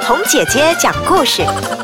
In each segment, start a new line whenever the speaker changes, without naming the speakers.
红姐姐讲故事。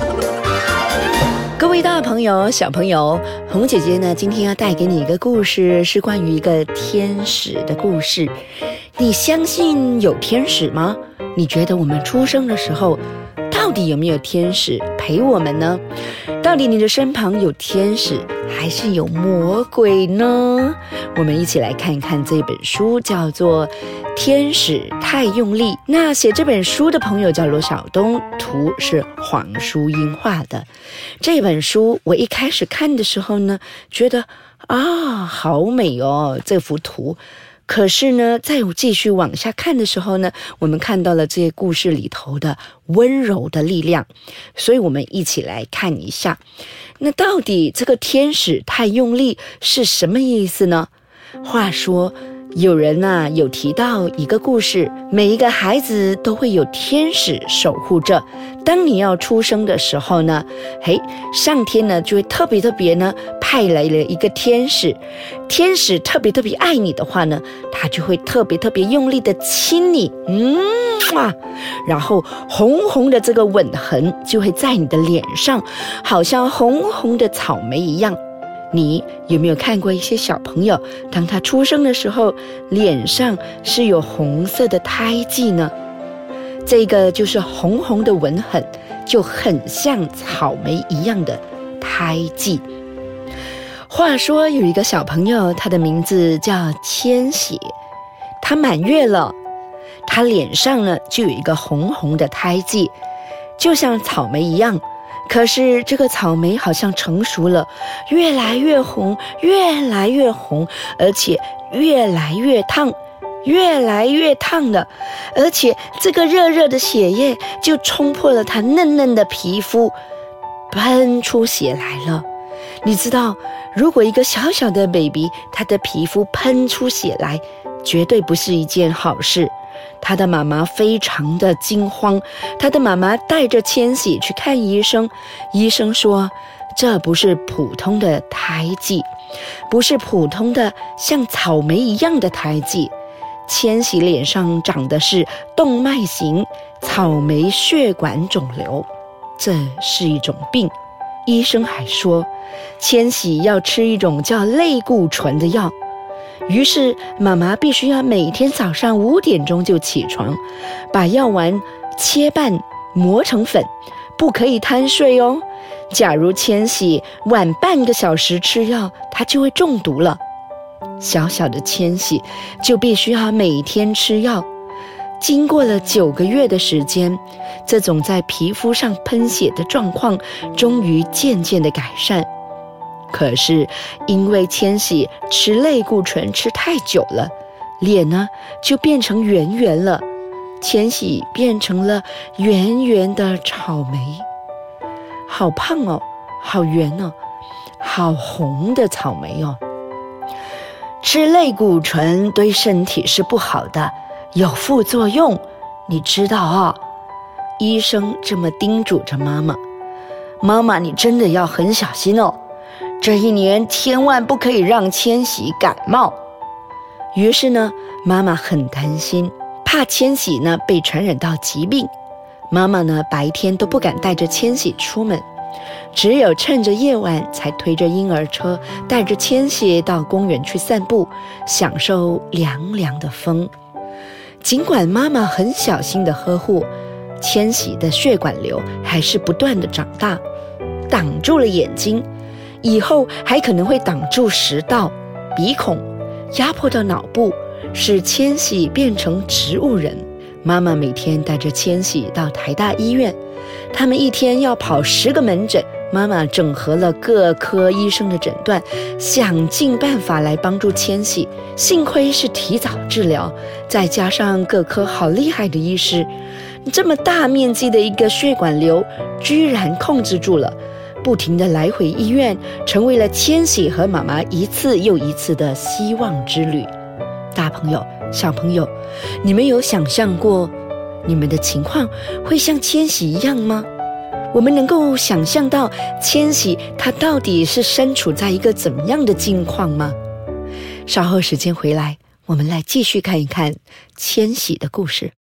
各位大朋友小朋友，红姐姐呢今天要带给你一个故事，是关于一个天使的故事。你相信有天使吗？你觉得我们出生的时候到底有没有天使陪我们呢？到底你的身旁有天使还是有魔鬼呢？我们一起来看看这本书，叫做《天使太用力》。那写这本书的朋友叫罗小东，图是黄淑英画的。这本书我一开始看的时候呢，觉得好美哦，这幅图。可是呢，在我继续往下看的时候呢，我们看到了这些故事里头的温柔的力量，所以我们一起来看一下。那到底这个天使太用力是什么意思呢？话说有人有提到一个故事，每一个孩子都会有天使守护着。当你要出生的时候呢，上天呢就会特别呢派来了一个天使。天使特别爱你的话呢，他就会特别用力的亲你，然后红红的这个吻痕就会在你的脸上，好像红红的草莓一样。你有没有看过一些小朋友，当他出生的时候，脸上是有红色的胎记呢？这个就是红红的吻痕，就很像草莓一样的胎记。话说有一个小朋友，他的名字叫千玺，他满月了，他脸上呢就有一个红红的胎记，就像草莓一样。可是这个草莓好像成熟了，越来越红，越来越红，而且越来越烫，越来越烫了，而且这个热热的血液就冲破了它嫩嫩的皮肤，喷出血来了。你知道，如果一个小小的 baby 他的皮肤喷出血来，绝对不是一件好事。他的妈妈非常的惊慌，他的妈妈带着千玺去看医生，医生说这不是普通的胎记，不是普通的像草莓一样的胎记，千玺脸上长的是动脉型草莓血管肿瘤，这是一种病。医生还说千玺要吃一种叫类固醇的药，于是妈妈必须要每天早上5点钟就起床，把药丸切半磨成粉，不可以贪睡哦。假如千玺晚半个小时吃药，他就会中毒了。小小的千玺就必须要每天吃药。经过了9个月的时间，这种在皮肤上喷血的状况终于渐渐的改善。可是因为千玺吃类固醇吃太久了，脸呢就变成圆圆了，千玺变成了圆圆的草莓，好胖哦，好圆哦，好红的草莓哦。吃类固醇对身体是不好的，有副作用，你知道哦。医生这么叮嘱着妈妈，妈妈你真的要很小心哦，这一年千万不可以让千玺感冒。于是呢，妈妈很担心，怕千玺呢被传染到疾病。妈妈呢白天都不敢带着千玺出门，只有趁着夜晚才推着婴儿车，带着千玺到公园去散步，享受凉凉的风。尽管妈妈很小心的呵护，千玺的血管瘤还是不断的长大，挡住了眼睛，以后还可能会挡住食道、鼻孔，压迫到脑部，使千玺变成植物人。妈妈每天带着千玺到台大医院，他们一天要跑10个门诊，妈妈整合了各科医生的诊断，想尽办法来帮助千玺。幸亏是提早治疗，再加上各科好厉害的医师，这么大面积的一个血管瘤居然控制住了。不停地来回医院，成为了千玺和妈妈一次又一次的希望之旅。大朋友小朋友，你们有想象过你们的情况会像千玺一样吗？我们能够想象到千玺他到底是身处在一个怎么样的境况吗？稍后时间回来，我们来继续看一看千玺的故事。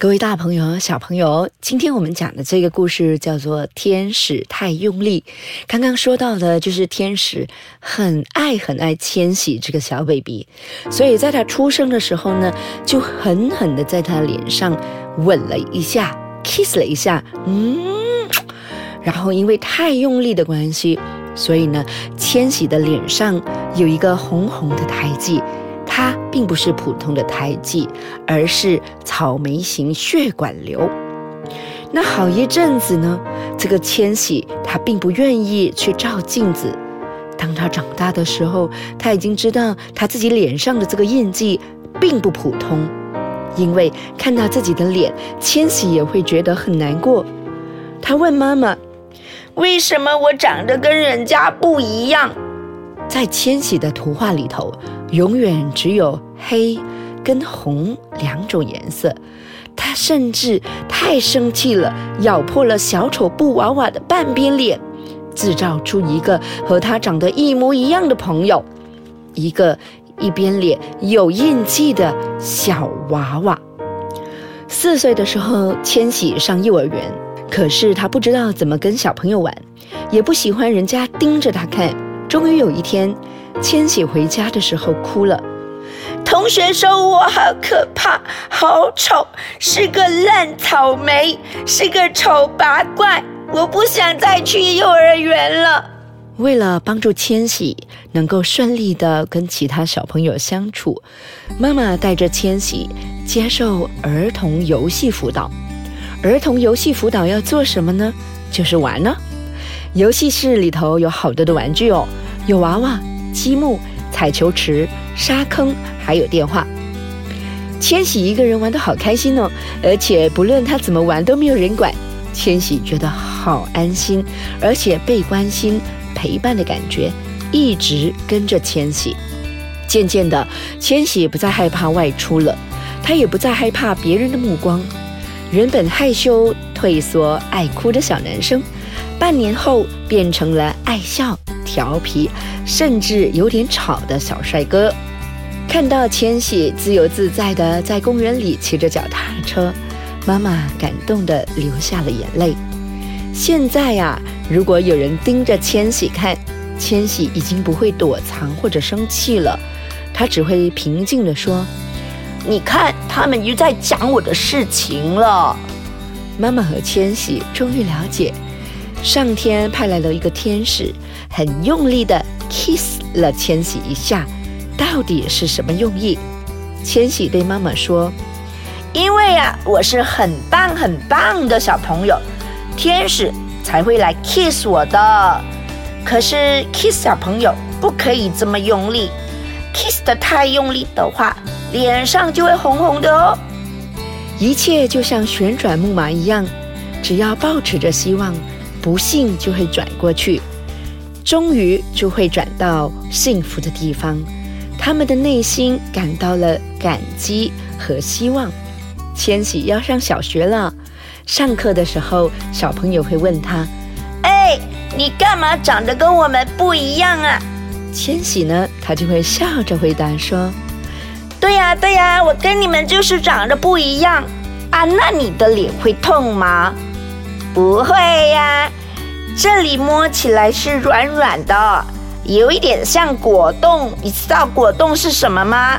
各位大朋友、小朋友，今天我们讲的这个故事叫做天使太用力。刚刚说到的就是天使很爱千玺这个小 baby， 所以在他出生的时候呢，就狠狠的在他脸上吻了一下 kiss 了一下，然后因为太用力的关系，所以呢，千玺的脸上有一个红红的胎记，它并不是普通的胎记，而是草莓型血管瘤。那好一阵子呢，这个千玺他并不愿意去照镜子。当他长大的时候，他已经知道他自己脸上的这个印记并不普通，因为看到自己的脸，千玺也会觉得很难过。他问妈妈，为什么我长得跟人家不一样？在千玺的图画里头，永远只有黑跟红两种颜色。他甚至太生气了，咬破了小丑布娃娃的半边脸，制造出一个和他长得一模一样的朋友，一个一边脸有印记的小娃娃。4岁的时候，千玺上幼儿园，可是他不知道怎么跟小朋友玩，也不喜欢人家盯着他看。终于有一天，千玺回家的时候哭了。同学说我好可怕，好丑，是个烂草莓，是个丑八怪，我不想再去幼儿园了。为了帮助千玺能够顺利的跟其他小朋友相处，妈妈带着千玺接受儿童游戏辅导。儿童游戏辅导要做什么呢？就是玩呢。游戏室里头有好多的玩具哦，有娃娃、积木、彩球池、沙坑，还有电话。千玺一个人玩得好开心哦，而且不论他怎么玩都没有人管。千玺觉得好安心，而且被关心陪伴的感觉一直跟着千玺。渐渐的，千玺不再害怕外出了，他也不再害怕别人的目光。原本害羞、退缩、爱哭的小男生，半年后变成了爱笑、调皮，甚至有点吵的小帅哥。看到千玺自由自在的在公园里骑着脚踏车，妈妈感动的流下了眼泪。现在呀，如果有人盯着千玺看，千玺已经不会躲藏或者生气了，他只会平静地说，你看，他们又在讲我的事情了。妈妈和千玺终于了解，上天派来了一个天使，很用力的 kiss 了千玺一下，到底是什么用意？千玺对妈妈说，因为啊，我是很棒很棒的小朋友，天使才会来 kiss 我的。可是 kiss 小朋友不可以这么用力， kiss 得太用力的话，脸上就会红红的哦。一切就像旋转木马一样，只要抱持着希望，不幸就会转过去，终于就会转到幸福的地方。他们的内心感到了感激和希望。千玺要上小学了，上课的时候，小朋友会问他，你干嘛长得跟我们不一样啊？千玺呢，他就会笑着回答说，对呀，我跟你们就是长得不一样啊。那你的脸会痛吗？不会呀，这里摸起来是软软的，有一点像果冻。你知道果冻是什么吗？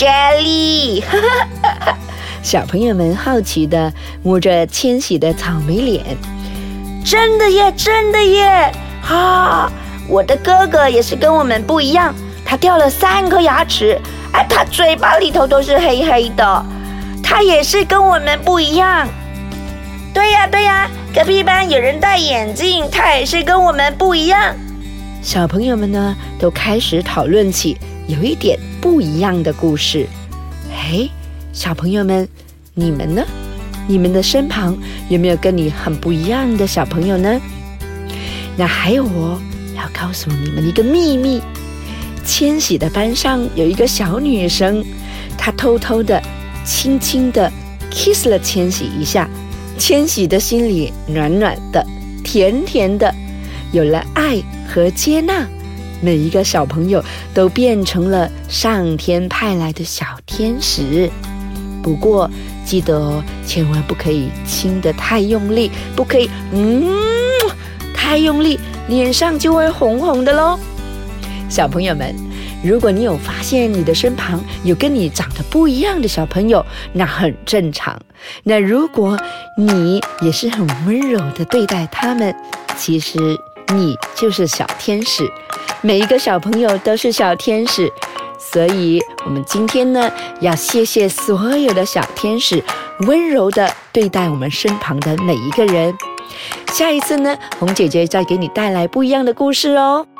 Jelly 小朋友们好奇的摸着千玺的草莓脸，真的耶啊！我的哥哥也是跟我们不一样，他掉了3颗牙齿，他嘴巴里头都是黑黑的，他也是跟我们不一样。对呀，隔壁班有人戴眼镜，他也是跟我们不一样。小朋友们呢，都开始讨论起有一点不一样的故事。小朋友们，你们呢？你们的身旁有没有跟你很不一样的小朋友呢？那还有我要告诉你们一个秘密，千玺的班上有一个小女生，她偷偷的轻轻的 kiss 了千玺一下，千玺的心里暖暖的，甜甜的，有了爱和接纳，每一个小朋友都变成了上天派来的小天使。 不过记得哦，千万不可以亲得太用力，不可以太用力，脸上就会红红的咯。小朋友们，如果你有发现你的身旁有跟你长得不一样的小朋友，那很正常。那如果你也是很温柔的对待他们，其实你就是小天使。每一个小朋友都是小天使，所以我们今天呢，要谢谢所有的小天使温柔的对待我们身旁的每一个人。下一次呢，红姐姐再给你带来不一样的故事哦。